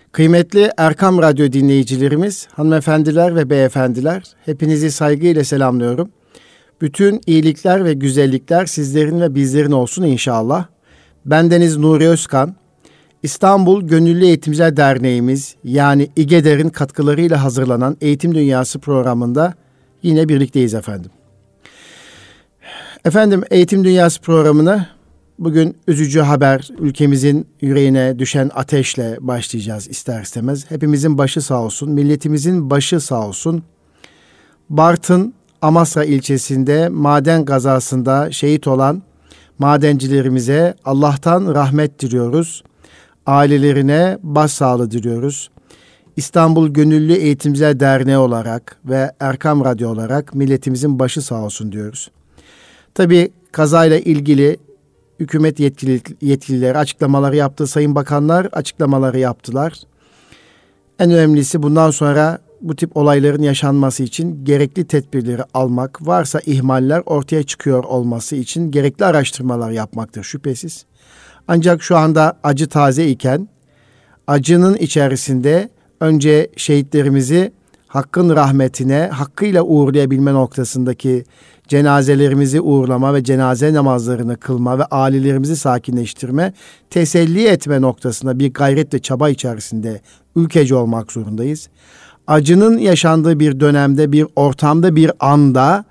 Kıymetli Erkam Radyo dinleyicilerimiz, hanımefendiler ve beyefendiler, hepinizi saygıyla selamlıyorum. Bütün iyilikler ve güzellikler sizlerin ve bizlerin olsun inşallah. Bendeniz Nuri Özkan, İstanbul Gönüllü Eğitimciler Derneğimiz yani İGEDER'in katkılarıyla hazırlanan Eğitim Dünyası programında yine birlikteyiz efendim. Efendim, Eğitim Dünyası programını bugün üzücü haber, ülkemizin yüreğine düşen ateşle başlayacağız ister istemez. Hepimizin başı sağ olsun, milletimizin başı sağ olsun. Bartın Amasra ilçesinde maden kazasında şehit olan madencilerimize Allah'tan rahmet diliyoruz. Ailelerine başsağlığı diliyoruz. İstanbul Gönüllü Eğitimciler Derneği olarak ve Erkam Radyo olarak milletimizin başı sağ olsun diyoruz. Tabii kazayla ilgili hükümet yetkilileri açıklamaları yaptı. Sayın bakanlar açıklamaları yaptılar. En önemlisi bundan sonra bu tip olayların yaşanması için gerekli tedbirleri almak, varsa ihmaller ortaya çıkıyor olması için gerekli araştırmalar yapmaktır şüphesiz. Ancak şu anda acı taze iken acının içerisinde önce şehitlerimizi Hakk'ın rahmetine hakkıyla uğurlayabilme noktasındaki cenazelerimizi uğurlama ve cenaze namazlarını kılma ve ailelerimizi sakinleştirme, teselli etme noktasında bir gayret ve çaba içerisinde ülkece olmak zorundayız. Acının yaşandığı bir dönemde, bir ortamda, bir anda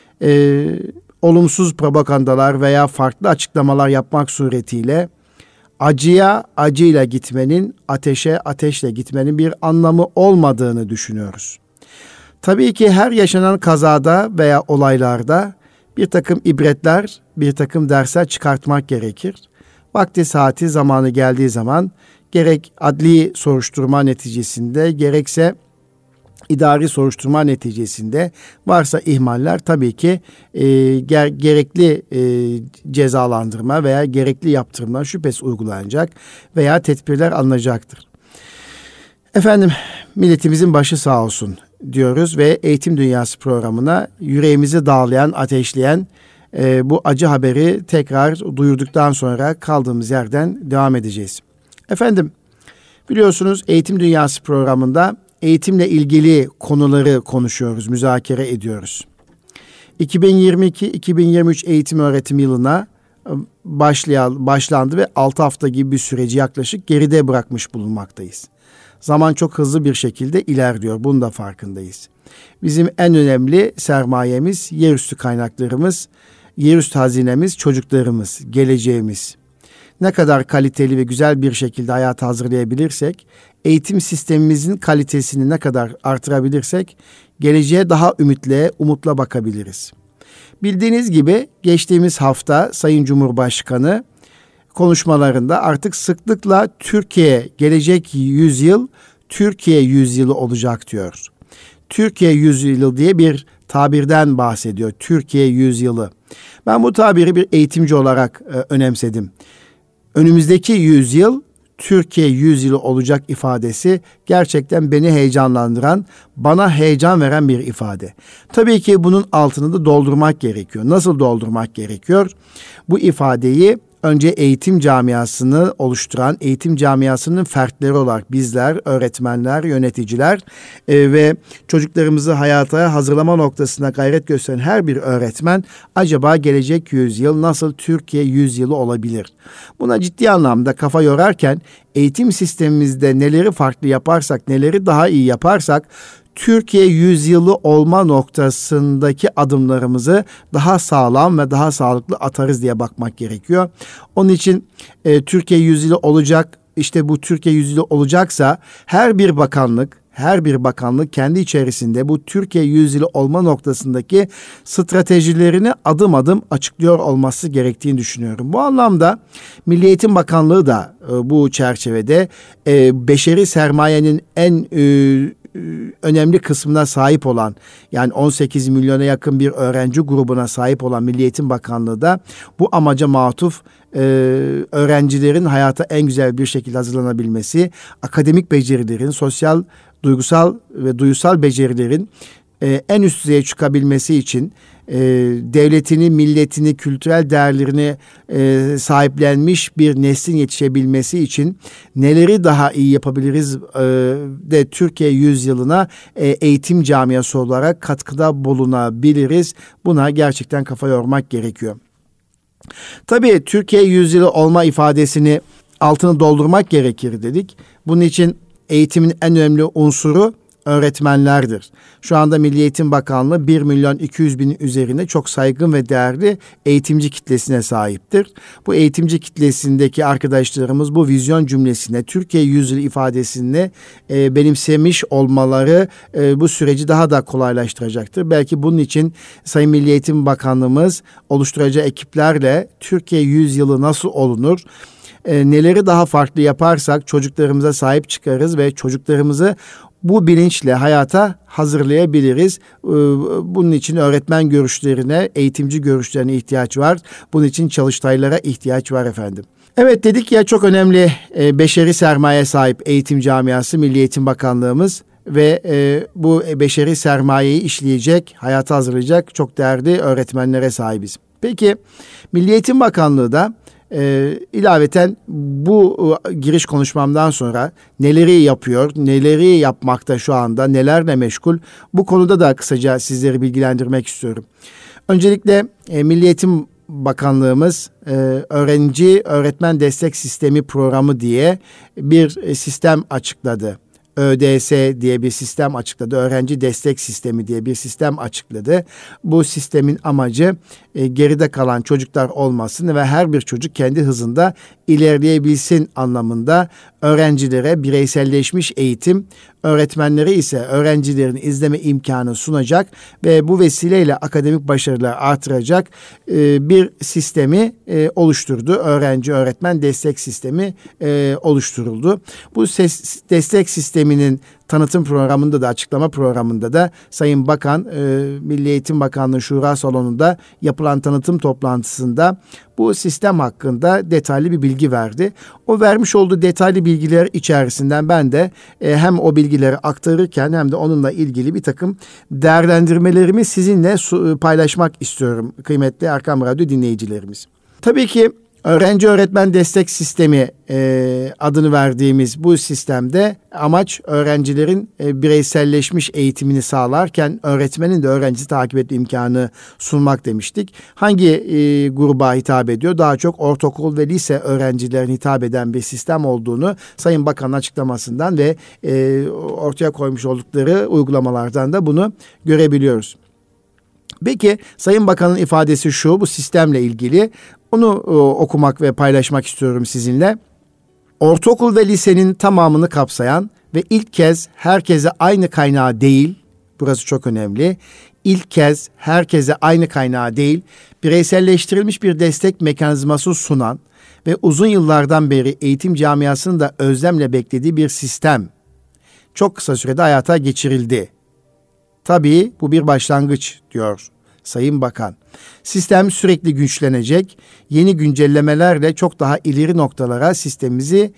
olumsuz propagandalar veya farklı açıklamalar yapmak suretiyle acıya acıyla gitmenin, ateşe ateşle gitmenin bir anlamı olmadığını düşünüyoruz. Tabii ki her yaşanan kazada veya olaylarda bir takım ibretler, bir takım dersler çıkartmak gerekir. Vakti saati zamanı geldiği zaman gerek adli soruşturma neticesinde gerekse idari soruşturma neticesinde varsa ihmaller tabii ki gerekli cezalandırma veya gerekli yaptırımlar şüphesiz uygulanacak veya tedbirler alınacaktır. Efendim, milletimizin başı sağ olsun diyoruz ve Eğitim Dünyası programına yüreğimizi dağlayan, ateşleyen bu acı haberi tekrar duyurduktan sonra kaldığımız yerden devam edeceğiz. Efendim, biliyorsunuz Eğitim Dünyası programında eğitimle ilgili konuları konuşuyoruz, müzakere ediyoruz. 2022-2023 eğitim öğretim yılına başlandı ve 6 hafta gibi bir süreci yaklaşık geride bırakmış bulunmaktayız. Zaman çok hızlı bir şekilde ilerliyor, bunun da farkındayız. Bizim en önemli sermayemiz, yerüstü kaynaklarımız, yerüstü hazinemiz, çocuklarımız, geleceğimiz. Ne kadar kaliteli ve güzel bir şekilde hayata hazırlayabilirsek, eğitim sistemimizin kalitesini ne kadar artırabilirsek, geleceğe daha umutla bakabiliriz. Bildiğiniz gibi geçtiğimiz hafta Sayın Cumhurbaşkanı konuşmalarında artık sıklıkla Türkiye gelecek yüzyıl Türkiye yüzyılı olacak diyor. Türkiye yüzyılı diye bir tabirden bahsediyor. Türkiye yüzyılı. Ben bu tabiri bir eğitimci olarak önemsedim. Önümüzdeki yüzyıl Türkiye yüzyılı olacak ifadesi gerçekten beni heyecanlandıran, bana heyecan veren bir ifade. Tabii ki bunun altını da doldurmak gerekiyor. Nasıl doldurmak gerekiyor? Bu ifadeyi önce eğitim camiasını oluşturan, eğitim camiasının fertleri olarak bizler, öğretmenler, yöneticiler ve çocuklarımızı hayata hazırlama noktasına gayret gösteren her bir öğretmen acaba gelecek yüzyıl nasıl Türkiye yüzyılı olabilir? Buna ciddi anlamda kafa yorarken eğitim sistemimizde neleri farklı yaparsak, neleri daha iyi yaparsak Türkiye yüzyılı olma noktasındaki adımlarımızı daha sağlam ve daha sağlıklı atarız diye bakmak gerekiyor. Onun için Türkiye yüzyılı olacak, işte bu Türkiye yüzyılı olacaksa her bir bakanlık kendi içerisinde bu Türkiye yüzyılı olma noktasındaki stratejilerini adım adım açıklıyor olması gerektiğini düşünüyorum. Bu anlamda Milli Eğitim Bakanlığı da bu çerçevede beşeri sermayenin en önemli kısmına sahip olan, yani 18 milyona yakın bir öğrenci grubuna sahip olan Milli Eğitim Bakanlığı da bu amaca matuf öğrencilerin hayata en güzel bir şekilde hazırlanabilmesi, akademik becerilerin, sosyal, duygusal ve duyusal becerilerin en üst düzeye çıkabilmesi için devletini, milletini, kültürel değerlerini sahiplenmiş bir neslin yetişebilmesi için neleri daha iyi yapabiliriz de Türkiye yüzyılına eğitim camiası olarak katkıda bulunabiliriz. Buna gerçekten kafa yormak gerekiyor. Tabii Türkiye yüzyılı olma ifadesini altını doldurmak gerekir dedik. Bunun için eğitimin en önemli unsuru öğretmenlerdir. Şu anda Milli Eğitim Bakanlığı 1.200.000 üzerinde çok saygın ve değerli eğitimci kitlesine sahiptir. Bu eğitimci kitlesindeki arkadaşlarımız bu vizyon cümlesine, Türkiye yüzyılı ifadesini benimsemiş olmaları bu süreci daha da kolaylaştıracaktır. Belki bunun için Sayın Milli Eğitim Bakanlığımız oluşturacağı ekiplerle Türkiye yüzyılı nasıl olunur, neleri daha farklı yaparsak çocuklarımıza sahip çıkarız ve çocuklarımızı bu bilinçle hayata hazırlayabiliriz. Bunun için öğretmen görüşlerine, eğitimci görüşlerine ihtiyaç var. Bunun için çalıştaylara ihtiyaç var efendim. Evet, dedik ya, çok önemli beşeri sermaye sahip eğitim camiası Milli Eğitim Bakanlığımız ve bu beşeri sermayeyi işleyecek, hayata hazırlayacak çok değerli öğretmenlere sahibiz. Peki Milli Eğitim Bakanlığı da ilaveten bu giriş konuşmamdan sonra neleri yapıyor, neleri yapmakta şu anda, nelerle meşgul, bu konuda da kısaca sizleri bilgilendirmek istiyorum. Öncelikle Milli Eğitim Bakanlığımız Öğrenci Öğretmen Destek Sistemi Programı diye bir sistem açıkladı. ÖDS diye bir sistem açıkladı. Öğrenci Destek Sistemi diye bir sistem açıkladı. Bu sistemin amacı geride kalan çocuklar olmasın ve her bir çocuk kendi hızında ilerleyebilsin anlamında öğrencilere bireyselleşmiş eğitim, öğretmenlere ise öğrencilerin izleme imkanı sunacak ve bu vesileyle akademik başarılar artıracak bir sistemi oluşturdu. Öğrenci Öğretmen Destek Sistemi oluşturuldu. Bu destek sisteminin tanıtım programında da, açıklama programında da Sayın Bakan, Milli Eğitim Bakanlığı Şura Salonu'nda yapılan tanıtım toplantısında bu sistem hakkında detaylı bir bilgi verdi. O vermiş olduğu detaylı bilgiler içerisinden ben de hem o bilgileri aktarırken hem de onunla ilgili bir takım değerlendirmelerimi sizinle paylaşmak istiyorum kıymetli Erkam Radyo dinleyicilerimiz. Tabii ki Öğrenci Öğretmen Destek Sistemi adını verdiğimiz bu sistemde amaç öğrencilerin bireyselleşmiş eğitimini sağlarken öğretmenin de öğrencisi takip etme imkanı sunmak demiştik. Hangi gruba hitap ediyor? Daha çok ortaokul ve lise öğrencilerine hitap eden bir sistem olduğunu Sayın Bakan'ın açıklamasından ve ortaya koymuş oldukları uygulamalardan da bunu görebiliyoruz. Peki Sayın Bakan'ın ifadesi şu, bu sistemle ilgili onu okumak ve paylaşmak istiyorum sizinle. Ortaokul ve lisenin tamamını kapsayan ve ilk kez herkese aynı kaynağı değil, burası çok önemli, ilk kez herkese aynı kaynağı değil, bireyselleştirilmiş bir destek mekanizması sunan ve uzun yıllardan beri eğitim camiasının da özlemle beklediği bir sistem çok kısa sürede hayata geçirildi. Tabii bu bir başlangıç diyor Sayın Bakan. Sistem sürekli güçlenecek, yeni güncellemelerle çok daha ileri noktalara sistemimizi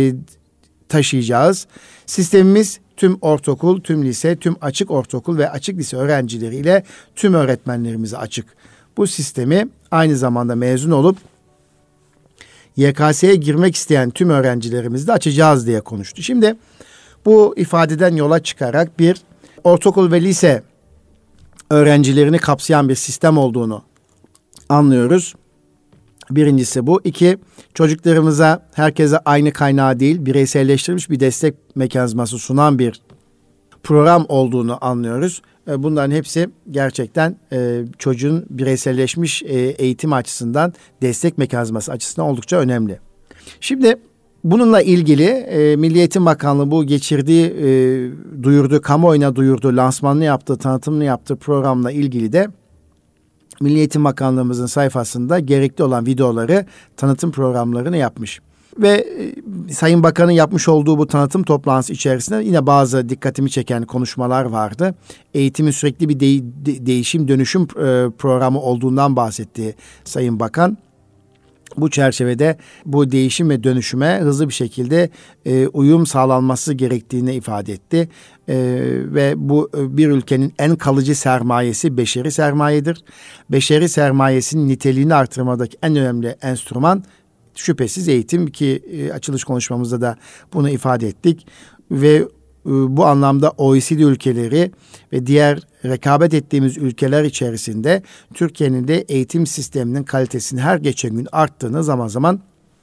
taşıyacağız. Sistemimiz tüm ortaokul, tüm lise, tüm açık ortaokul ve açık lise öğrencileriyle tüm öğretmenlerimize açık. Bu sistemi aynı zamanda mezun olup YKS'ye girmek isteyen tüm öğrencilerimizi de açacağız diye konuştu. Şimdi bu ifadeden yola çıkarak bir ortaokul ve lise öğrencilerini kapsayan bir sistem olduğunu anlıyoruz. Birincisi bu. 2, çocuklarımıza herkese aynı kaynağı değil, bireyselleştirilmiş bir destek mekanizması sunan bir program olduğunu anlıyoruz. Bunların hepsi gerçekten çocuğun bireyselleşmiş eğitim açısından, destek mekanizması açısından oldukça önemli. Şimdi bununla ilgili Milli Eğitim Bakanlığı bu geçirdiği, duyurduğu, kamuoyuna duyurduğu, lansmanını yaptığı, tanıtımını yaptığı programla ilgili de Milli Eğitim Bakanlığımızın sayfasında gerekli olan videoları, tanıtım programlarını yapmış. Ve Sayın Bakan'ın yapmış olduğu bu tanıtım toplantısı içerisinde yine bazı dikkatimi çeken konuşmalar vardı. Eğitimin sürekli bir değişim dönüşüm programı olduğundan bahsetti Sayın Bakan. Bu çerçevede bu değişim ve dönüşüme hızlı bir şekilde uyum sağlanması gerektiğini ifade etti. Ve bu bir ülkenin en kalıcı sermayesi beşeri sermayedir. Beşeri sermayesinin niteliğini artırmadaki en önemli enstrüman şüphesiz eğitim ki açılış konuşmamızda da bunu ifade ettik. Ve bu anlamda OECD ülkeleri ve diğer rekabet ettiğimiz ülkeler içerisinde Türkiye'nin de eğitim sisteminin kalitesinin her geçen gün arttığını zaman zaman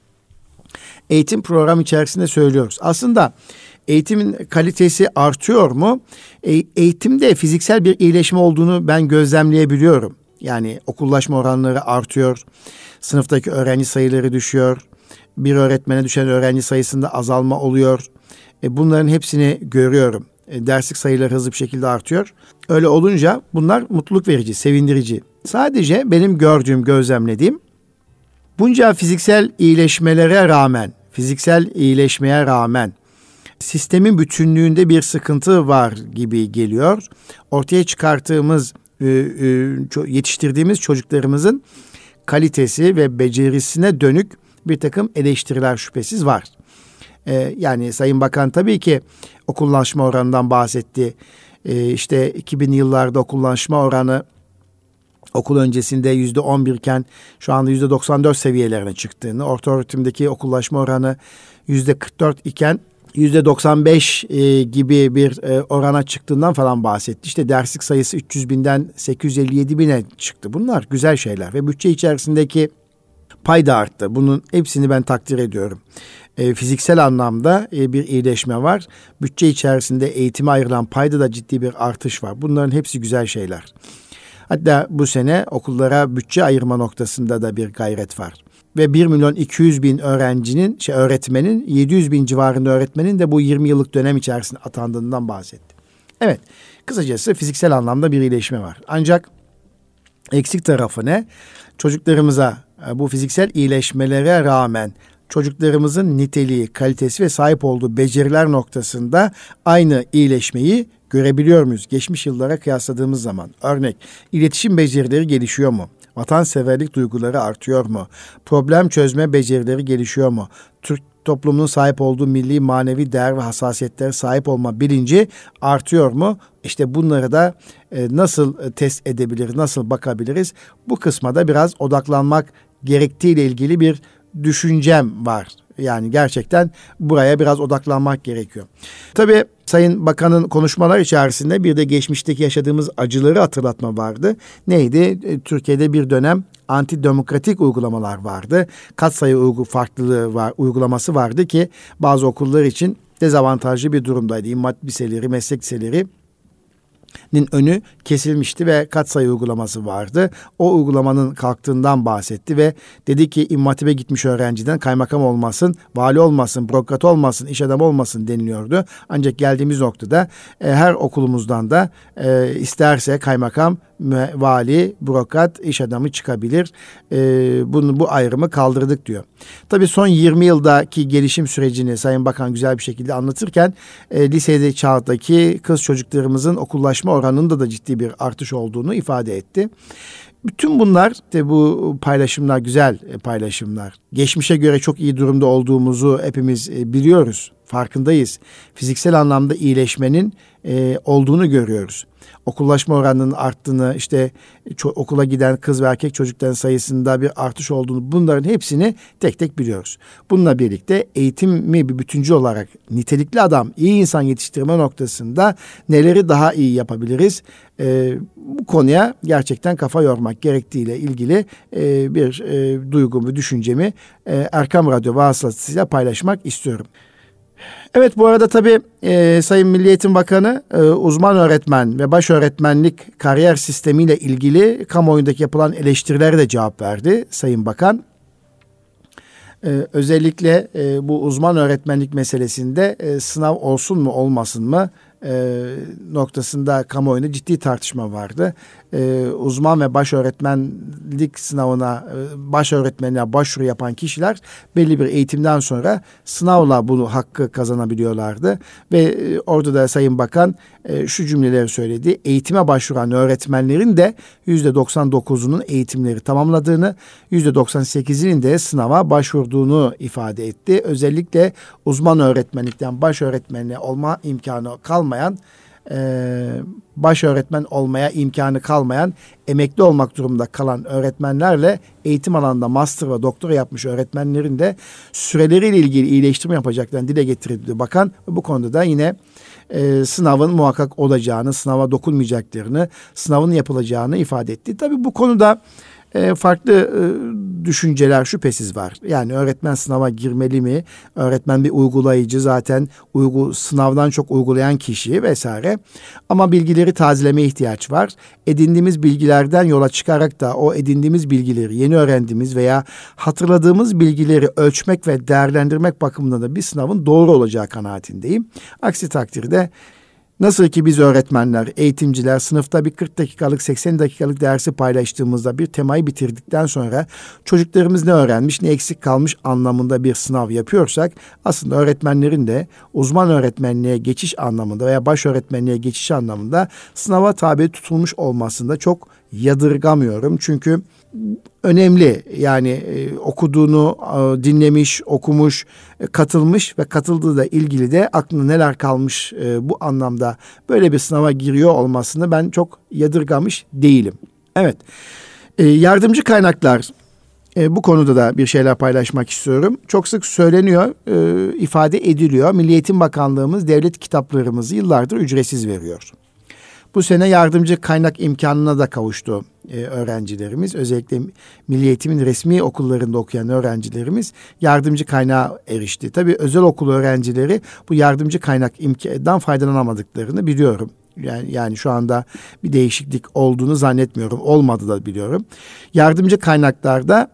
eğitim programı içerisinde söylüyoruz. Aslında eğitimin kalitesi artıyor mu? Eğitimde fiziksel bir iyileşme olduğunu ben gözlemleyebiliyorum. Yani okullaşma oranları artıyor, sınıftaki öğrenci sayıları düşüyor, bir öğretmene düşen öğrenci sayısında azalma oluyor. Bunların hepsini görüyorum. Derslik sayıları hızlı bir şekilde artıyor. Öyle olunca bunlar mutluluk verici, sevindirici. Sadece benim gördüğüm, gözlemlediğim bunca fiziksel iyileşmelere rağmen, fiziksel iyileşmeye rağmen sistemin bütünlüğünde bir sıkıntı var gibi geliyor. Ortaya çıkarttığımız, yetiştirdiğimiz çocuklarımızın kalitesi ve becerisine dönük bir takım eleştiriler şüphesiz var. Yani Sayın Bakan tabii ki okullaşma oranından bahsetti. İşte 2000'li yıllarda okullaşma oranı okul öncesinde %11 iken şu anda %94 seviyelerine çıktığını, orta öğretimdeki okullaşma oranı %44 iken %95 gibi bir orana çıktığından falan bahsetti. İşte derslik sayısı 300 binden 857 bine çıktı. Bunlar güzel şeyler ve bütçe içerisindeki pay da arttı. Bunun hepsini ben takdir ediyorum. Fiziksel anlamda bir iyileşme var. Bütçe içerisinde eğitime ayrılan payda da ciddi bir artış var. Bunların hepsi güzel şeyler. Hatta bu sene okullara bütçe ayırma noktasında da bir gayret var. Ve 1.200.000 öğretmenin 700.000 civarında öğretmenin de bu 20 yıllık dönem içerisinde atandığından bahsetti. Evet, kısacası fiziksel anlamda bir iyileşme var. Ancak eksik tarafı ne? Çocuklarımıza bu fiziksel iyileşmelere rağmen çocuklarımızın niteliği, kalitesi ve sahip olduğu beceriler noktasında aynı iyileşmeyi görebiliyor muyuz? Geçmiş yıllara kıyasladığımız zaman. Örnek, iletişim becerileri gelişiyor mu? Vatanseverlik duyguları artıyor mu? Problem çözme becerileri gelişiyor mu? Türk toplumunun sahip olduğu milli manevi değer ve hassasiyetlere sahip olma bilinci artıyor mu? İşte bunları da nasıl test edebiliriz, nasıl bakabiliriz? Bu kısma da biraz odaklanmak gerektiğiyle ilgili bir düşüncem var. Yani gerçekten buraya biraz odaklanmak gerekiyor. Tabii Sayın Bakan'ın konuşmalar içerisinde bir de geçmişteki yaşadığımız acıları hatırlatma vardı. Neydi? Türkiye'de bir dönem antidemokratik uygulamalar vardı. Katsayı farklılığı uygulaması vardı ki bazı okullar için dezavantajlı bir durumdaydı. İmam Hatip liseleri, meslek liseleri önü kesilmişti ve katsayı uygulaması vardı. O uygulamanın kalktığından bahsetti ve dedi ki İmam Hatip'e gitmiş öğrenciden kaymakam olmasın, vali olmasın, bürokrat olmasın, iş adamı olmasın deniliyordu. Ancak geldiğimiz noktada her okulumuzdan da isterse kaymakam, vali, bürokrat, iş adamı çıkabilir. Bu ayrımı kaldırdık diyor. Tabii son 20 yıldaki gelişim sürecini Sayın Bakan güzel bir şekilde anlatırken lisede çağdaki kız çocuklarımızın okullaşma oranında da ciddi bir artış olduğunu ifade etti. Bütün bunlar de bu paylaşımlar güzel paylaşımlar. Geçmişe göre çok iyi durumda olduğumuzu hepimiz biliyoruz, farkındayız. Fiziksel anlamda iyileşmenin olduğunu görüyoruz. Okullaşma oranının arttığını, işte okula giden kız ve erkek çocukların sayısında bir artış olduğunu, bunların hepsini tek tek biliyoruz. Bununla birlikte eğitimi bir bütüncül olarak nitelikli adam, iyi insan yetiştirme noktasında neleri daha iyi yapabiliriz? Bu konuya gerçekten kafa yormak gerektiğiyle ilgili bir duygumu, düşüncemi Erkam Radyo vasıtasıyla paylaşmak istiyorum. Evet, bu arada tabii Sayın Milli Eğitim Bakanı uzman öğretmen ve baş öğretmenlik kariyer sistemiyle ilgili kamuoyundaki yapılan eleştirilere de cevap verdi Sayın Bakan. Özellikle bu uzman öğretmenlik meselesinde sınav olsun mu olmasın mı noktasında kamuoyunda ciddi tartışma vardı. Uzman ve baş öğretmenlik sınavına, baş öğretmenliğe başvuru yapan kişiler belli bir eğitimden sonra sınavla bunu hakkı kazanabiliyorlardı. Ve orada da Sayın Bakan şu cümleleri söyledi. Eğitime başvuran öğretmenlerin de %99'unun eğitimleri tamamladığını, %98'inin de sınava başvurduğunu ifade etti. Özellikle uzman öğretmenlikten baş öğretmenliğe olma imkanı kalmayan, baş öğretmen olmaya imkanı kalmayan, emekli olmak durumunda kalan öğretmenlerle eğitim alanında master ve doktora yapmış öğretmenlerin de süreleriyle ilgili iyileştirme yapacaklarını dile getirdi bakan. Bu konuda da yine sınavın muhakkak olacağını, sınava dokunmayacaklarını, sınavın yapılacağını ifade etti. Tabii bu konuda farklı düşünceler şüphesiz var. Yani öğretmen sınava girmeli mi? Öğretmen bir uygulayıcı, zaten sınavdan çok uygulayan kişi vesaire. Ama bilgileri tazelemeye ihtiyaç var. Edindiğimiz bilgilerden yola çıkarak da o edindiğimiz bilgileri, yeni öğrendiğimiz veya hatırladığımız bilgileri ölçmek ve değerlendirmek bakımından da bir sınavın doğru olacağı kanaatindeyim. Aksi takdirde nasıl ki biz öğretmenler, eğitimciler sınıfta bir 40 dakikalık, 80 dakikalık dersi paylaştığımızda bir temayı bitirdikten sonra çocuklarımız ne öğrenmiş, ne eksik kalmış anlamında bir sınav yapıyorsak, aslında öğretmenlerin de uzman öğretmenliğe geçiş anlamında veya baş öğretmenliğe geçiş anlamında sınava tabi tutulmuş olmasında çok yadırgamıyorum. Çünkü önemli, yani okuduğunu dinlemiş, okumuş, katılmış ve katıldığı da ilgili de aklına neler kalmış bu anlamda böyle bir sınava giriyor olmasını ben çok yadırgamış değilim. Evet, yardımcı kaynaklar, bu konuda da bir şeyler paylaşmak istiyorum. Çok sık söyleniyor, ifade ediliyor. Milli Eğitim Bakanlığımız devlet kitaplarımızı yıllardır ücretsiz veriyor. Bu sene yardımcı kaynak imkanına da kavuştu öğrencilerimiz. Özellikle Milli Eğitim'in resmi okullarında okuyan öğrencilerimiz yardımcı kaynağa erişti. Tabii özel okul öğrencileri bu yardımcı kaynak imkanından faydalanamadıklarını biliyorum. Yani şu anda bir değişiklik olduğunu zannetmiyorum. Olmadı da biliyorum. Yardımcı kaynaklarda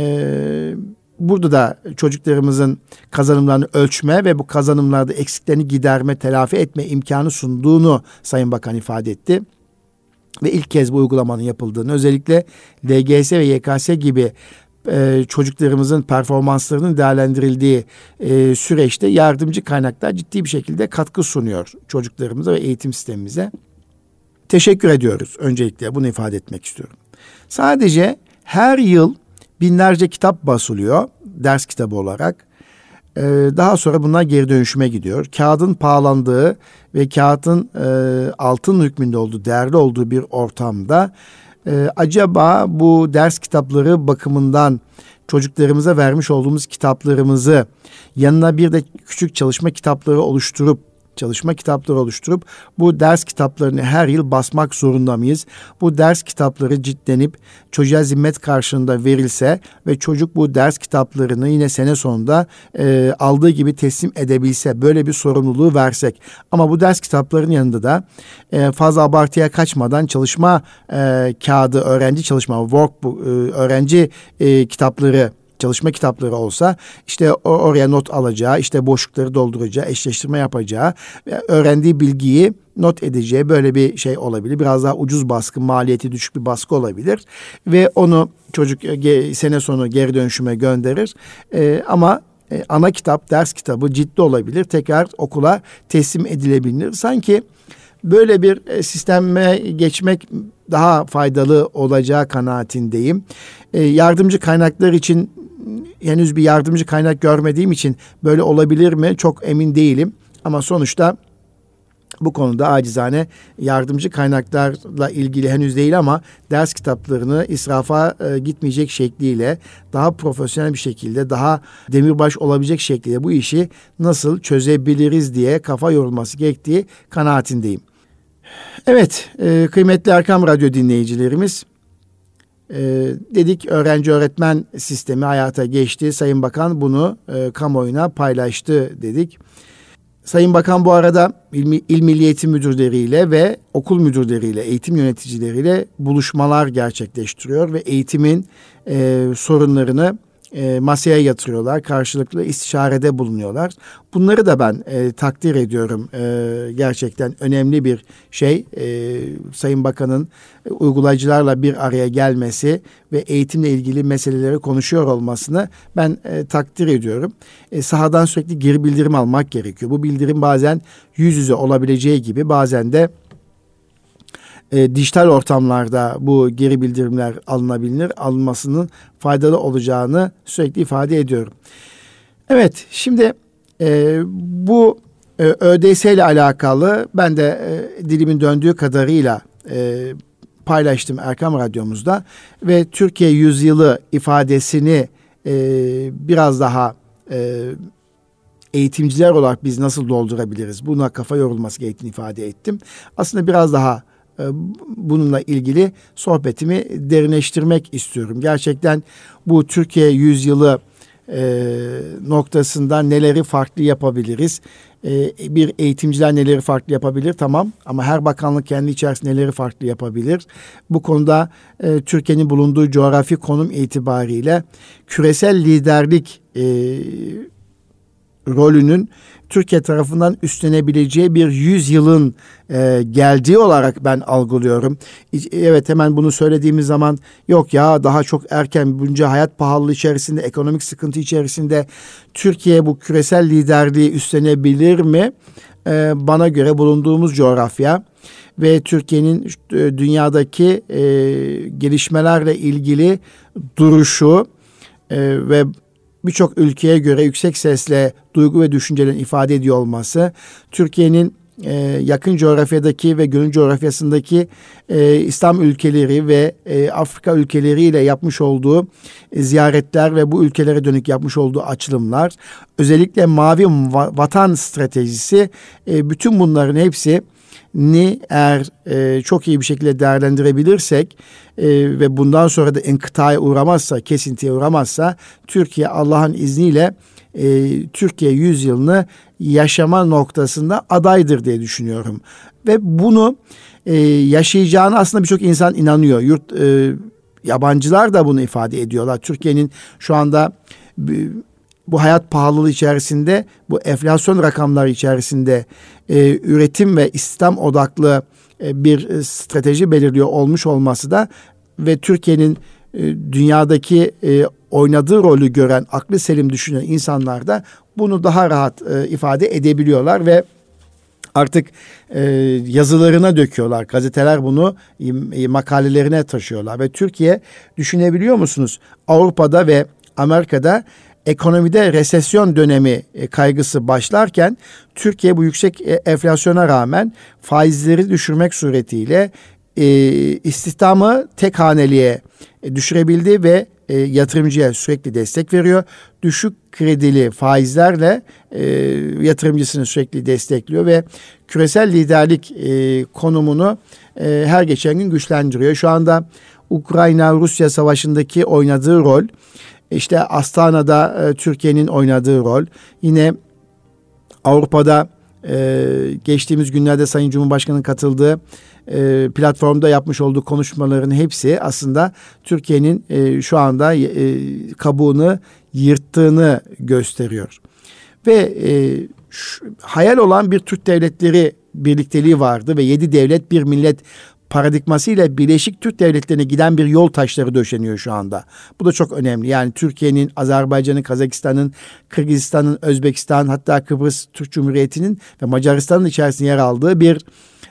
burada da çocuklarımızın kazanımlarını ölçme ve bu kazanımlarda eksiklerini giderme, telafi etme imkanı sunduğunu Sayın Bakan ifade etti. Ve ilk kez bu uygulamanın yapıldığını, özellikle LGS ve YKS gibi çocuklarımızın performanslarının değerlendirildiği süreçte yardımcı kaynaklar ciddi bir şekilde katkı sunuyor çocuklarımıza ve eğitim sistemimize. Teşekkür ediyoruz. Öncelikle bunu ifade etmek istiyorum. Sadece her yıl binlerce kitap basılıyor ders kitabı olarak. Daha sonra bunlar geri dönüşüme gidiyor. Kağıdın pahalandığı ve kağıdın altın hükmünde olduğu, değerli olduğu bir ortamda acaba bu ders kitapları bakımından çocuklarımıza vermiş olduğumuz kitaplarımızı yanına bir de küçük çalışma kitapları oluşturup bu ders kitaplarını her yıl basmak zorunda mıyız? Bu ders kitapları ciltlenip çocuğa zimmet karşılığında verilse ve çocuk bu ders kitaplarını yine sene sonunda aldığı gibi teslim edebilse, böyle bir sorumluluğu versek. Ama bu ders kitaplarının yanında da fazla abartıya kaçmadan çalışma kağıdı, öğrenci çalışma, workbook, öğrenci kitapları, çalışma kitapları olsa, işte oraya not alacağı, işte boşlukları dolduracağı, eşleştirme yapacağı, öğrendiği bilgiyi not edeceği böyle bir şey olabilir. Biraz daha ucuz baskı, maliyeti düşük bir baskı olabilir ve onu çocuk sene sonu geri dönüşüme gönderir. Ama ana kitap, ders kitabı ciddi olabilir. Tekrar okula teslim edilebilir. Sanki böyle bir sisteme geçmek daha faydalı olacağı kanaatindeyim. Yardımcı kaynaklar için henüz bir yardımcı kaynak görmediğim için böyle olabilir mi çok emin değilim. Ama sonuçta bu konuda acizane yardımcı kaynaklarla ilgili henüz değil ama ders kitaplarını israfa gitmeyecek şekliyle, daha profesyonel bir şekilde, daha demirbaş olabilecek şekilde bu işi nasıl çözebiliriz diye kafa yorulması gerektiği kanaatindeyim. Evet, kıymetli Erkam Radyo dinleyicilerimiz, dedik öğrenci öğretmen sistemi hayata geçti. Sayın Bakan bunu kamuoyuna paylaştı dedik. Sayın Bakan bu arada İl Milli Eğitim Müdürleriyle ve okul müdürleriyle, eğitim yöneticileriyle buluşmalar gerçekleştiriyor ve eğitimin sorunlarını masaya yatırıyorlar, karşılıklı istişarede bulunuyorlar. Bunları da ben takdir ediyorum. Gerçekten önemli bir şey. Sayın Bakan'ın uygulayıcılarla bir araya gelmesi ve eğitimle ilgili meseleleri konuşuyor olmasını ben takdir ediyorum. Sahadan sürekli geri bildirim almak gerekiyor. Bu bildirim bazen yüz yüze olabileceği gibi bazen de dijital ortamlarda bu geri bildirimler alınabilir. Alınmasının faydalı olacağını sürekli ifade ediyorum. Evet, şimdi bu ÖDS ile alakalı ben de dilimin döndüğü kadarıyla paylaştım Erkam Radyomuzda ve Türkiye Yüzyılı ifadesini biraz daha eğitimciler olarak biz nasıl doldurabiliriz? Buna kafa yorulması gerektiğini ifade ettim. Aslında biraz daha bununla ilgili sohbetimi derinleştirmek istiyorum. Gerçekten bu Türkiye Yüzyılı noktasında neleri farklı yapabiliriz? Bir eğitimciler neleri farklı yapabilir? Tamam, ama her bakanlık kendi içerisinde neleri farklı yapabilir? Bu konuda Türkiye'nin bulunduğu coğrafi konum itibariyle küresel liderlik rolünün Türkiye tarafından üstlenebileceği bir yüzyılın geldiği olarak ben algılıyorum. Evet, hemen bunu söylediğimiz zaman yok ya daha çok erken, bunca hayat pahalılığı içerisinde, ekonomik sıkıntı içerisinde Türkiye bu küresel liderliği üstlenebilir mi? Bana göre bulunduğumuz coğrafya ve Türkiye'nin dünyadaki gelişmelerle ilgili duruşu ve birçok ülkeye göre yüksek sesle duygu ve düşüncelerini ifade ediyor olması, Türkiye'nin yakın coğrafyadaki ve gönül coğrafyasındaki İslam ülkeleri ve Afrika ülkeleriyle yapmış olduğu ziyaretler ve bu ülkelere dönük yapmış olduğu açılımlar, özellikle mavi vatan stratejisi, bütün bunların hepsi eğer çok iyi bir şekilde değerlendirebilirsek ve bundan sonra da inkıtaya uğramazsa, kesintiye uğramazsa, Türkiye Allah'ın izniyle Türkiye yüzyılını yaşama noktasında adaydır diye düşünüyorum. Ve bunu yaşayacağını aslında birçok insan inanıyor. Yabancılar da bunu ifade ediyorlar. Türkiye'nin şu anda bu hayat pahalılığı içerisinde, bu enflasyon rakamları içerisinde üretim ve istihdam odaklı bir strateji belirliyor olmuş olması da ve Türkiye'nin dünyadaki oynadığı rolü gören, aklı selim düşünen insanlar da bunu daha rahat ifade edebiliyorlar ve artık yazılarına döküyorlar. Gazeteler bunu makalelerine taşıyorlar ve Türkiye, düşünebiliyor musunuz? Avrupa'da ve Amerika'da ekonomide resesyon dönemi kaygısı başlarken Türkiye bu yüksek enflasyona rağmen faizleri düşürmek suretiyle istihdamı tek haneliğe düşürebildi ve yatırımcıya sürekli destek veriyor. Düşük kredili faizlerle yatırımcısını sürekli destekliyor ve küresel liderlik konumunu her geçen gün güçlendiriyor. Şu anda Ukrayna-Rusya savaşındaki oynadığı rol, İşte Astana'da Türkiye'nin oynadığı rol, yine Avrupa'da geçtiğimiz günlerde Sayın Cumhurbaşkanı'nın katıldığı platformda yapmış olduğu konuşmaların hepsi aslında Türkiye'nin şu anda kabuğunu yırttığını gösteriyor. Ve hayal olan bir Türk devletleri birlikteliği vardı ve 7 devlet bir millet paradigmasıyla Birleşik Türk Devletleri'ne giden bir yol taşları döşeniyor şu anda. Bu da çok önemli. Yani Türkiye'nin, Azerbaycan'ın, Kazakistan'ın, Kırgızistan'ın, Özbekistan, hatta Kıbrıs Türk Cumhuriyeti'nin ve Macaristan'ın içerisinde yer aldığı bir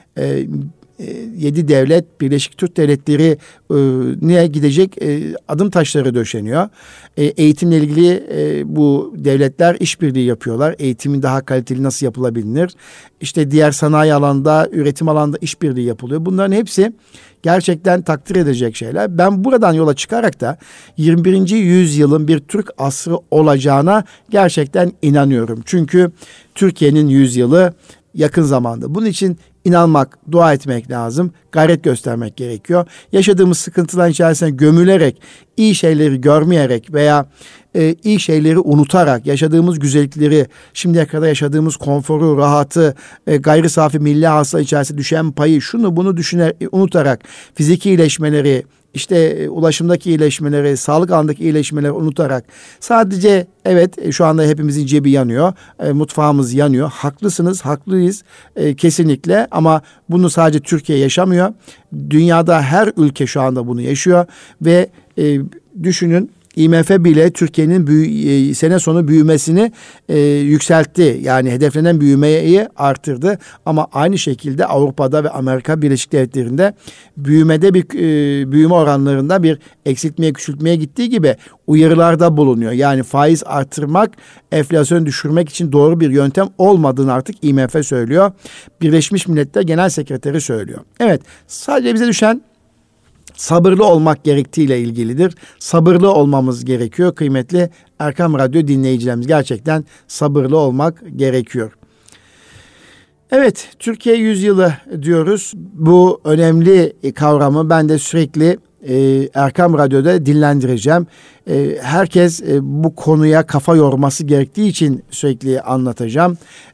7 devlet, Birleşik Türk Devletleri niye gidecek adım taşları döşeniyor. Eğitimle ilgili bu devletler işbirliği yapıyorlar. Eğitimin daha kaliteli nasıl yapılabilir? İşte diğer sanayi alanında, üretim alanında işbirliği yapılıyor. Bunların hepsi gerçekten takdir edecek şeyler. Ben buradan yola çıkarak da 21. yüzyılın bir Türk asrı olacağına gerçekten inanıyorum. Çünkü Türkiye'nin yüzyılı yakın zamanda. Bunun için inanmak, dua etmek lazım, gayret göstermek gerekiyor. Yaşadığımız sıkıntıların içerisine gömülerek, iyi şeyleri görmeyerek veya iyi şeyleri unutarak, yaşadığımız güzellikleri, şimdiye kadar yaşadığımız konforu, rahatı, gayri safi milli hasıla içerisinde düşen payı, şunu bunu unutarak, fiziki iyileşmeleri, işte ulaşımdaki iyileşmeleri, sağlık alanındaki iyileşmeleri unutarak sadece evet şu anda hepimizin cebi yanıyor, mutfağımız yanıyor. Haklısınız, haklıyız kesinlikle ama bunu sadece Türkiye yaşamıyor. Dünyada her ülke şu anda bunu yaşıyor ve düşünün IMF bile Türkiye'nin sene sonu büyümesini yükseltti. Yani hedeflenen büyümeyi artırdı. Ama aynı şekilde Avrupa'da ve Amerika Birleşik Devletleri'nde büyümede büyüme oranlarında bir eksiltmeye, küçültmeye gittiği gibi uyarılarda bulunuyor. Yani faiz artırmak, enflasyonu düşürmek için doğru bir yöntem olmadığını artık IMF söylüyor. Birleşmiş Milletler Genel Sekreteri söylüyor. Evet, sadece bize düşen sabırlı olmak gerektiğiyle ilgilidir. Sabırlı olmamız gerekiyor. Kıymetli Erkam Radyo dinleyicilerimiz, gerçekten sabırlı olmak gerekiyor. Evet, Türkiye Yüzyılı diyoruz. Bu önemli kavramı ben de sürekli Erkam Radyo'da dillendireceğim. Herkes bu konuya kafa yorması gerektiği için sürekli anlatacağım.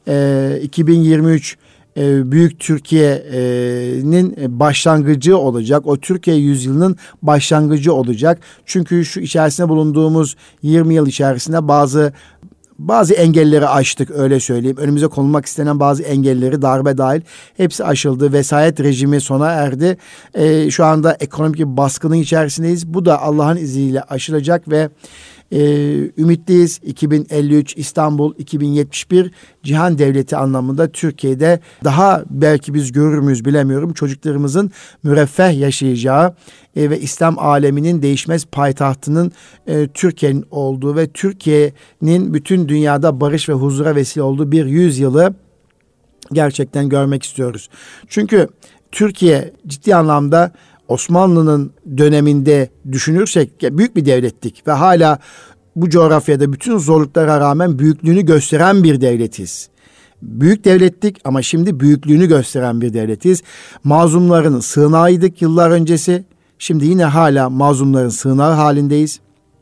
2023 Büyük Türkiye'nin başlangıcı olacak. O Türkiye yüzyılının başlangıcı olacak. Çünkü şu içerisinde bulunduğumuz 20 yıl içerisinde bazı engelleri aştık, öyle söyleyeyim. Önümüze konulmak istenen bazı engelleri, darbe dahil, hepsi aşıldı. Vesayet rejimi sona erdi. Şu anda ekonomik bir baskının içerisindeyiz. Bu da Allah'ın izniyle aşılacak ve ümitliyiz. 2053 İstanbul, 2071 Cihan Devleti anlamında Türkiye'de daha belki biz görür müyüz bilemiyorum. Çocuklarımızın müreffeh yaşayacağı ve İslam aleminin değişmez payitahtının Türkiye'nin olduğu ve Türkiye'nin bütün dünyada barış ve huzura vesile olduğu bir yüzyılı gerçekten görmek istiyoruz. Çünkü Türkiye ciddi anlamda Osmanlı'nın döneminde düşünürsek büyük bir devlettik ve hala bu coğrafyada bütün zorluklara rağmen büyüklüğünü gösteren bir devletiz. Büyük devlettik ama şimdi büyüklüğünü gösteren bir devletiz. Mazlumların sığınağıydık yıllar öncesi. Şimdi yine hala mazlumların sığınağı halindeyiz.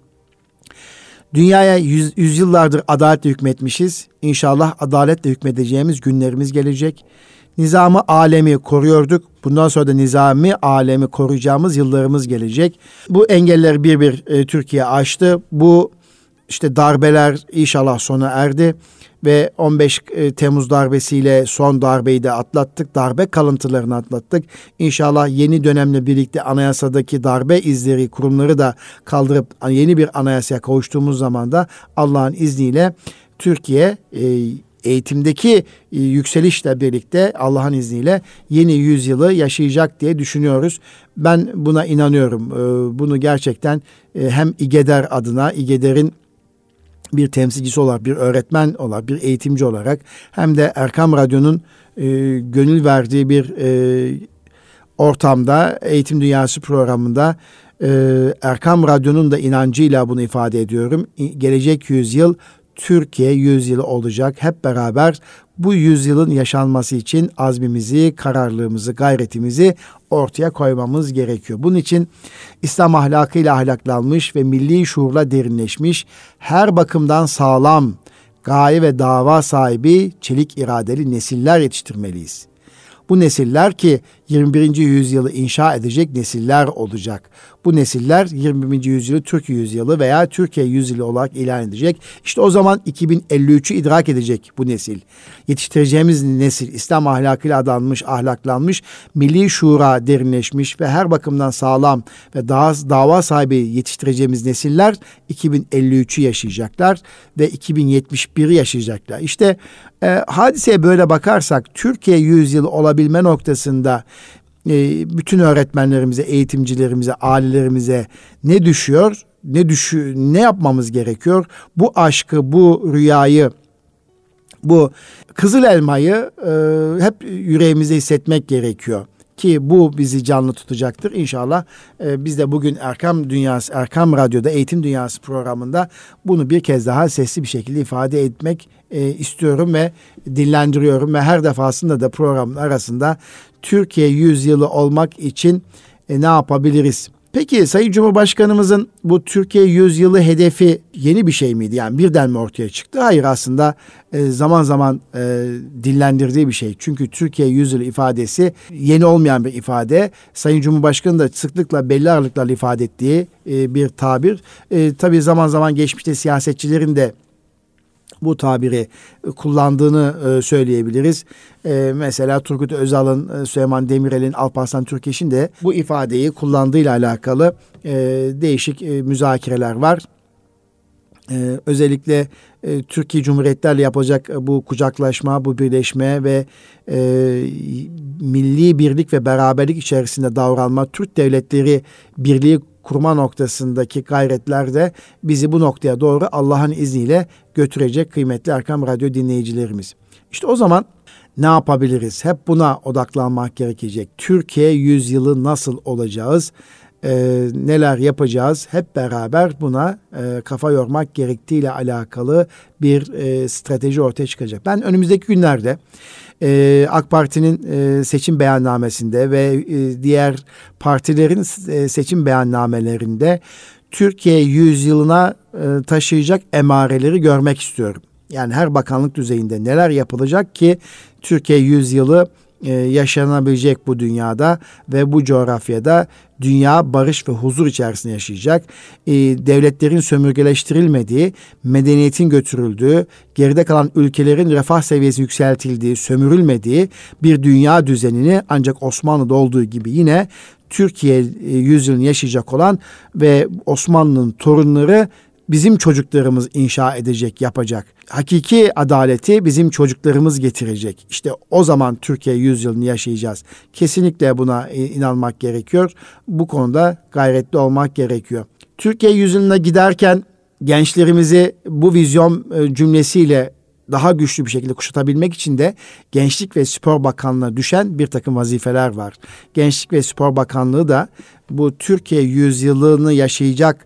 Dünyaya yüzyıllardır adaletle hükmetmişiz. İnşallah adaletle hükmedeceğimiz günlerimiz gelecek. Nizam-ı alemi koruyorduk. Bundan sonra da nizam-ı alemi koruyacağımız yıllarımız gelecek. Bu engelleri bir Türkiye aştı. Bu işte darbeler inşallah sona erdi. Ve 15 Temmuz darbesiyle son darbeyi de atlattık. Darbe kalıntılarını atlattık. İnşallah yeni dönemle birlikte anayasadaki darbe izleri, kurumları da kaldırıp yeni bir anayasaya kavuştuğumuz zaman da Allah'ın izniyle Türkiye eğitimdeki yükselişle birlikte Allah'ın izniyle yeni yüzyılı yaşayacak diye düşünüyoruz. Ben buna inanıyorum. Bunu gerçekten hem İGEDER adına, İGEDER'in bir temsilcisi olarak, bir öğretmen olarak, bir eğitimci olarak hem de Erkam Radyo'nun gönül verdiği bir ortamda, Eğitim Dünyası programında Erkam Radyo'nun da inancıyla bunu ifade ediyorum. Gelecek yüzyıl Türkiye yüzyılı olacak. Hep beraber bu yüzyılın yaşanması için azmimizi, kararlılığımızı, gayretimizi ortaya koymamız gerekiyor. Bunun için İslam ahlakıyla ahlaklanmış ve milli şuurla derinleşmiş, her bakımdan sağlam, gaye ve dava sahibi, çelik iradeli nesiller yetiştirmeliyiz. Bu nesiller ki 21. yüzyılı inşa edecek nesiller olacak. Bu nesiller 21. yüzyılı Türkiye yüzyılı veya Türkiye yüzyılı olarak ilan edecek. İşte o zaman 2053'ü idrak edecek bu nesil. Yetiştireceğimiz nesil İslam ahlakıyla adanmış, ahlaklanmış, milli şuura derinleşmiş ve her bakımdan sağlam ve dava sahibi yetiştireceğimiz nesiller 2053'ü yaşayacaklar ve 2071'i yaşayacaklar. İşte hadiseye böyle bakarsak Türkiye yüzyılı olabilme noktasında bütün öğretmenlerimize, eğitimcilerimize, ailelerimize ne düşüyor? Ne yapmamız gerekiyor? Bu aşkı, bu rüyayı, bu kızıl elmayı hep yüreğimizde hissetmek gerekiyor. Ki bu bizi canlı tutacaktır. İnşallah biz de bugün Erkam Radyo'da Eğitim Dünyası programında bunu bir kez daha sesli bir şekilde ifade etmek istiyorum ve dillendiriyorum. Ve her defasında da programın arasında Türkiye yüzyılı olmak için ne yapabiliriz? Peki Sayın Cumhurbaşkanımızın bu Türkiye Yüzyılı hedefi yeni bir şey miydi? Yani birden mi ortaya çıktı? Hayır, aslında zaman zaman dillendirdiği bir şey. Çünkü Türkiye Yüzyılı ifadesi yeni olmayan bir ifade. Sayın Cumhurbaşkanı da sıklıkla belli aralıklarla ifade ettiği bir tabir. Tabii zaman zaman geçmişte siyasetçilerin de bu tabiri kullandığını söyleyebiliriz. Mesela Turgut Özal'ın, Süleyman Demirel'in, Alparslan Türkeş'in de bu ifadeyi kullandığıyla alakalı değişik müzakereler var. Özellikle Türkiye Cumhuriyetlerle yapacak bu kucaklaşma, bu birleşme ve milli birlik ve beraberlik içerisinde davranma, Türk devletleri birliği kurma noktasındaki gayretler de bizi bu noktaya doğru Allah'ın izniyle götürecek kıymetli Erkam Radyo dinleyicilerimiz. İşte o zaman ne yapabiliriz? Hep buna odaklanmak gerekecek. Türkiye yüzyılı nasıl olacağız? Neler yapacağız? Hep beraber buna kafa yormak gerektiğiyle alakalı bir strateji ortaya çıkacak. Ben önümüzdeki günlerde AK Parti'nin seçim beyannamesinde ve diğer partilerin seçim beyannamelerinde Türkiye yüzyılına taşıyacak emareleri görmek istiyorum. Yani her bakanlık düzeyinde neler yapılacak ki Türkiye yüzyılı yaşanabilecek bu dünyada ve bu coğrafyada dünya barış ve huzur içerisinde yaşayacak. Devletlerin sömürgeleştirilmediği, medeniyetin götürüldüğü, geride kalan ülkelerin refah seviyesi yükseltildiği, sömürülmediği bir dünya düzenini ancak Osmanlı'da olduğu gibi yine Türkiye yüzyılını yaşayacak olan ve Osmanlı'nın torunları bizim çocuklarımız inşa edecek, yapacak. Hakiki adaleti bizim çocuklarımız getirecek. İşte o zaman Türkiye yüzyılını yaşayacağız. Kesinlikle buna inanmak gerekiyor. Bu konuda gayretli olmak gerekiyor. Türkiye yüzyılına giderken gençlerimizi bu vizyon cümlesiyle daha güçlü bir şekilde kuşatabilmek için de Gençlik ve Spor Bakanlığı'na düşen bir takım vazifeler var. Gençlik ve Spor Bakanlığı da bu Türkiye yüzyılını yaşayacak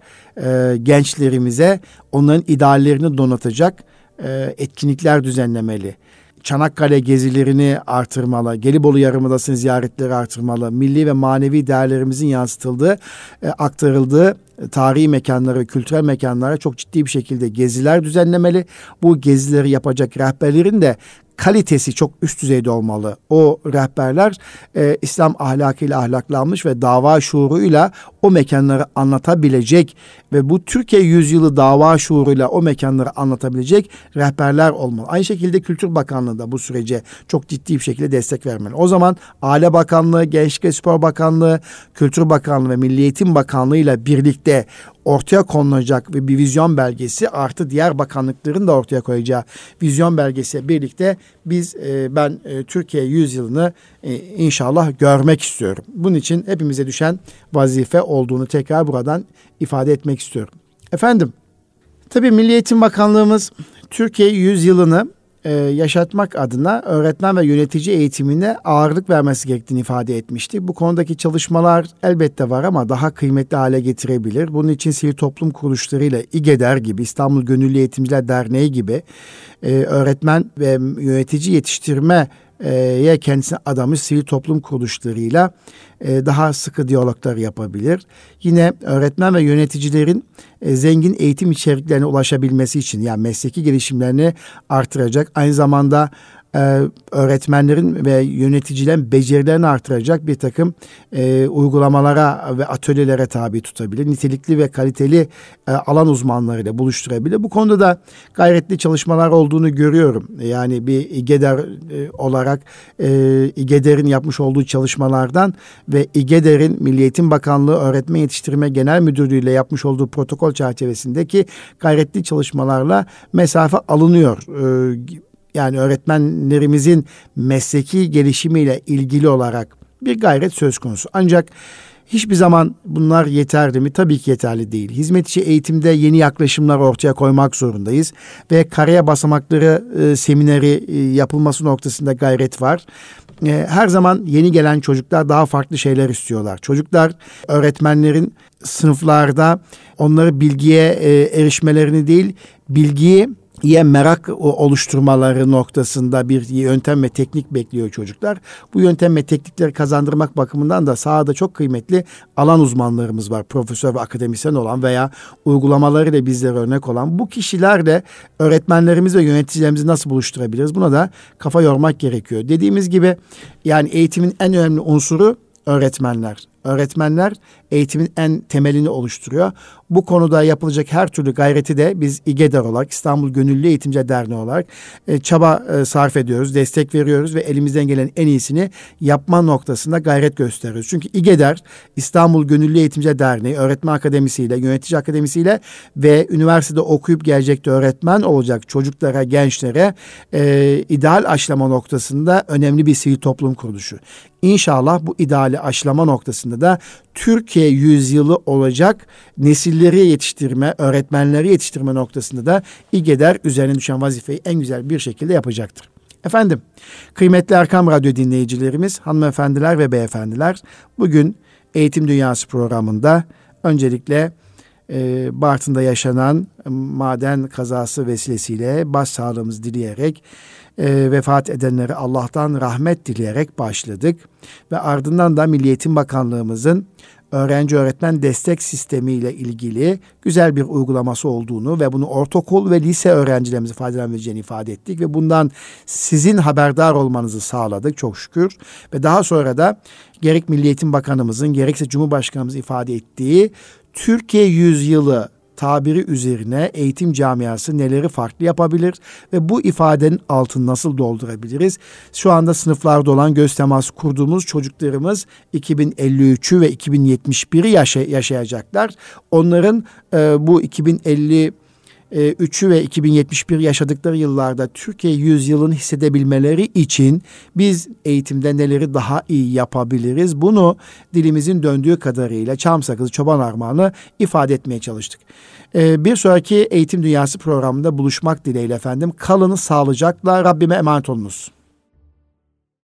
gençlerimize onların ideallerini donatacak etkinlikler düzenlemeli. Çanakkale gezilerini artırmalı, Gelibolu Yarımadası'nın ziyaretleri artırmalı, milli ve manevi değerlerimizin yansıtıldığı, aktarıldığı tarihi mekanlara, kültürel mekanlara çok ciddi bir şekilde geziler düzenlemeli. Bu gezileri yapacak rehberlerin de kalitesi çok üst düzeyde olmalı. O rehberler İslam ahlakıyla ahlaklanmış ve dava şuuruyla o mekanları anlatabilecek ve bu Türkiye yüzyılı dava şuuruyla o mekanları anlatabilecek rehberler olmalı. Aynı şekilde Kültür Bakanlığı da bu sürece çok ciddi bir şekilde destek vermeli. O zaman Aile Bakanlığı, Gençlik ve Spor Bakanlığı, Kültür Bakanlığı ve Milli Eğitim Bakanlığı ile birlikte ortaya konulacak bir vizyon belgesi artı diğer bakanlıkların da ortaya koyacağı vizyon belgesiyle birlikte ben Türkiye yüzyılını inşallah görmek istiyorum. Bunun için hepimize düşen vazife olduğunu tekrar buradan ifade etmek istiyorum. Efendim, tabii Milli Eğitim Bakanlığımız Türkiye yüzyılını yaşatmak adına öğretmen ve yönetici eğitimine ağırlık vermesi gerektiğini ifade etmişti. Bu konudaki çalışmalar elbette var ama daha kıymetli hale getirebilir. Bunun için sivil toplum kuruluşlarıyla İGEDER gibi, İstanbul Gönüllü Eğitimciler Derneği gibi öğretmen ve yönetici yetiştirmeye kendisine adamış sivil toplum kuruluşlarıyla daha sıkı diyaloglar yapabilir. Yine öğretmen ve yöneticilerin zengin eğitim içeriklerine ulaşabilmesi için, yani mesleki gelişimlerini artıracak, aynı zamanda öğretmenlerin ve yöneticilerin becerilerini artıracak bir takım uygulamalara ve atölyelere tabi tutabilir. Nitelikli ve kaliteli alan uzmanlarıyla buluşturabilir. Bu konuda da gayretli çalışmalar olduğunu görüyorum. Yani bir İGEDER olarak İGEDER'in yapmış olduğu çalışmalardan ve İGEDER'in Milli Eğitim Bakanlığı Öğretmen Yetiştirme Genel Müdürlüğü ile yapmış olduğu protokol çerçevesindeki gayretli çalışmalarla mesafe alınıyor. Yani öğretmenlerimizin mesleki gelişimiyle ilgili olarak bir gayret söz konusu. Ancak hiçbir zaman bunlar yeterli mi? Tabii ki yeterli değil. Hizmet içi eğitimde yeni yaklaşımlar ortaya koymak zorundayız. Ve kariyer basamakları semineri yapılması noktasında gayret var. Her zaman yeni gelen çocuklar daha farklı şeyler istiyorlar. Çocuklar öğretmenlerin sınıflarda onları bilgiye erişmelerini değil, bilgiyi merak oluşturmaları noktasında bir yöntem ve teknik bekliyor çocuklar. Bu yöntem ve teknikleri kazandırmak bakımından da sahada çok kıymetli alan uzmanlarımız var. Profesör ve akademisyen olan veya uygulamalarıyla bizlere örnek olan bu kişilerle öğretmenlerimiz ve yöneticilerimizi nasıl buluşturabiliriz? Buna da kafa yormak gerekiyor. Dediğimiz gibi yani eğitimin en önemli unsuru öğretmenler. Öğretmenler eğitimin en temelini oluşturuyor. Bu konuda yapılacak her türlü gayreti de biz İGEDER olarak, İstanbul Gönüllü Eğitimci Derneği olarak çaba sarf ediyoruz, destek veriyoruz ve elimizden gelen en iyisini yapma noktasında gayret gösteriyoruz. Çünkü İGEDER, İstanbul Gönüllü Eğitimci Derneği, öğretmen akademisiyle, yönetici akademisiyle ve üniversitede okuyup gelecekte öğretmen olacak çocuklara, gençlere ideal aşılama noktasında önemli bir sivil toplum kuruluşu. İnşallah bu ideali aşılama noktasında da Türkiye yüzyılı olacak nesilleri yetiştirme, öğretmenleri yetiştirme noktasında da İGEDER üzerine düşen vazifeyi en güzel bir şekilde yapacaktır. Efendim, kıymetli Erkam Radyo dinleyicilerimiz, hanımefendiler ve beyefendiler, bugün Eğitim Dünyası programında öncelikle Bartın'da yaşanan maden kazası vesilesiyle başsağlığımızı dileyerek vefat edenlere Allah'tan rahmet dileyerek başladık. Ve ardından da Milli Eğitim Bakanlığımızın öğrenci öğretmen destek sistemi ile ilgili güzel bir uygulaması olduğunu ve bunu ortaokul ve lise öğrencilerimize faydalanabileceğini ifade ettik ve bundan sizin haberdar olmanızı sağladık çok şükür. Ve daha sonra da gerek Milli Eğitim Bakanımızın gerekse Cumhurbaşkanımız ifade ettiği Türkiye yüzyılı tabiri üzerine eğitim camiası neleri farklı yapabilir ve bu ifadenin altını nasıl doldurabiliriz? Şu anda sınıflarda olan göz teması kurduğumuz çocuklarımız 2053'ü ve 2071'i yaşayacaklar. Onların bu 2053'ü ve 2071 yaşadıkları yıllarda Türkiye yüzyılını hissedebilmeleri için biz eğitimde neleri daha iyi yapabiliriz? Bunu dilimizin döndüğü kadarıyla çam sakızı, çoban armağanı ifade etmeye çalıştık. Bir sonraki Eğitim Dünyası programında buluşmak dileğiyle efendim. Kalın sağlıcakla, Rabbime emanet olunuz.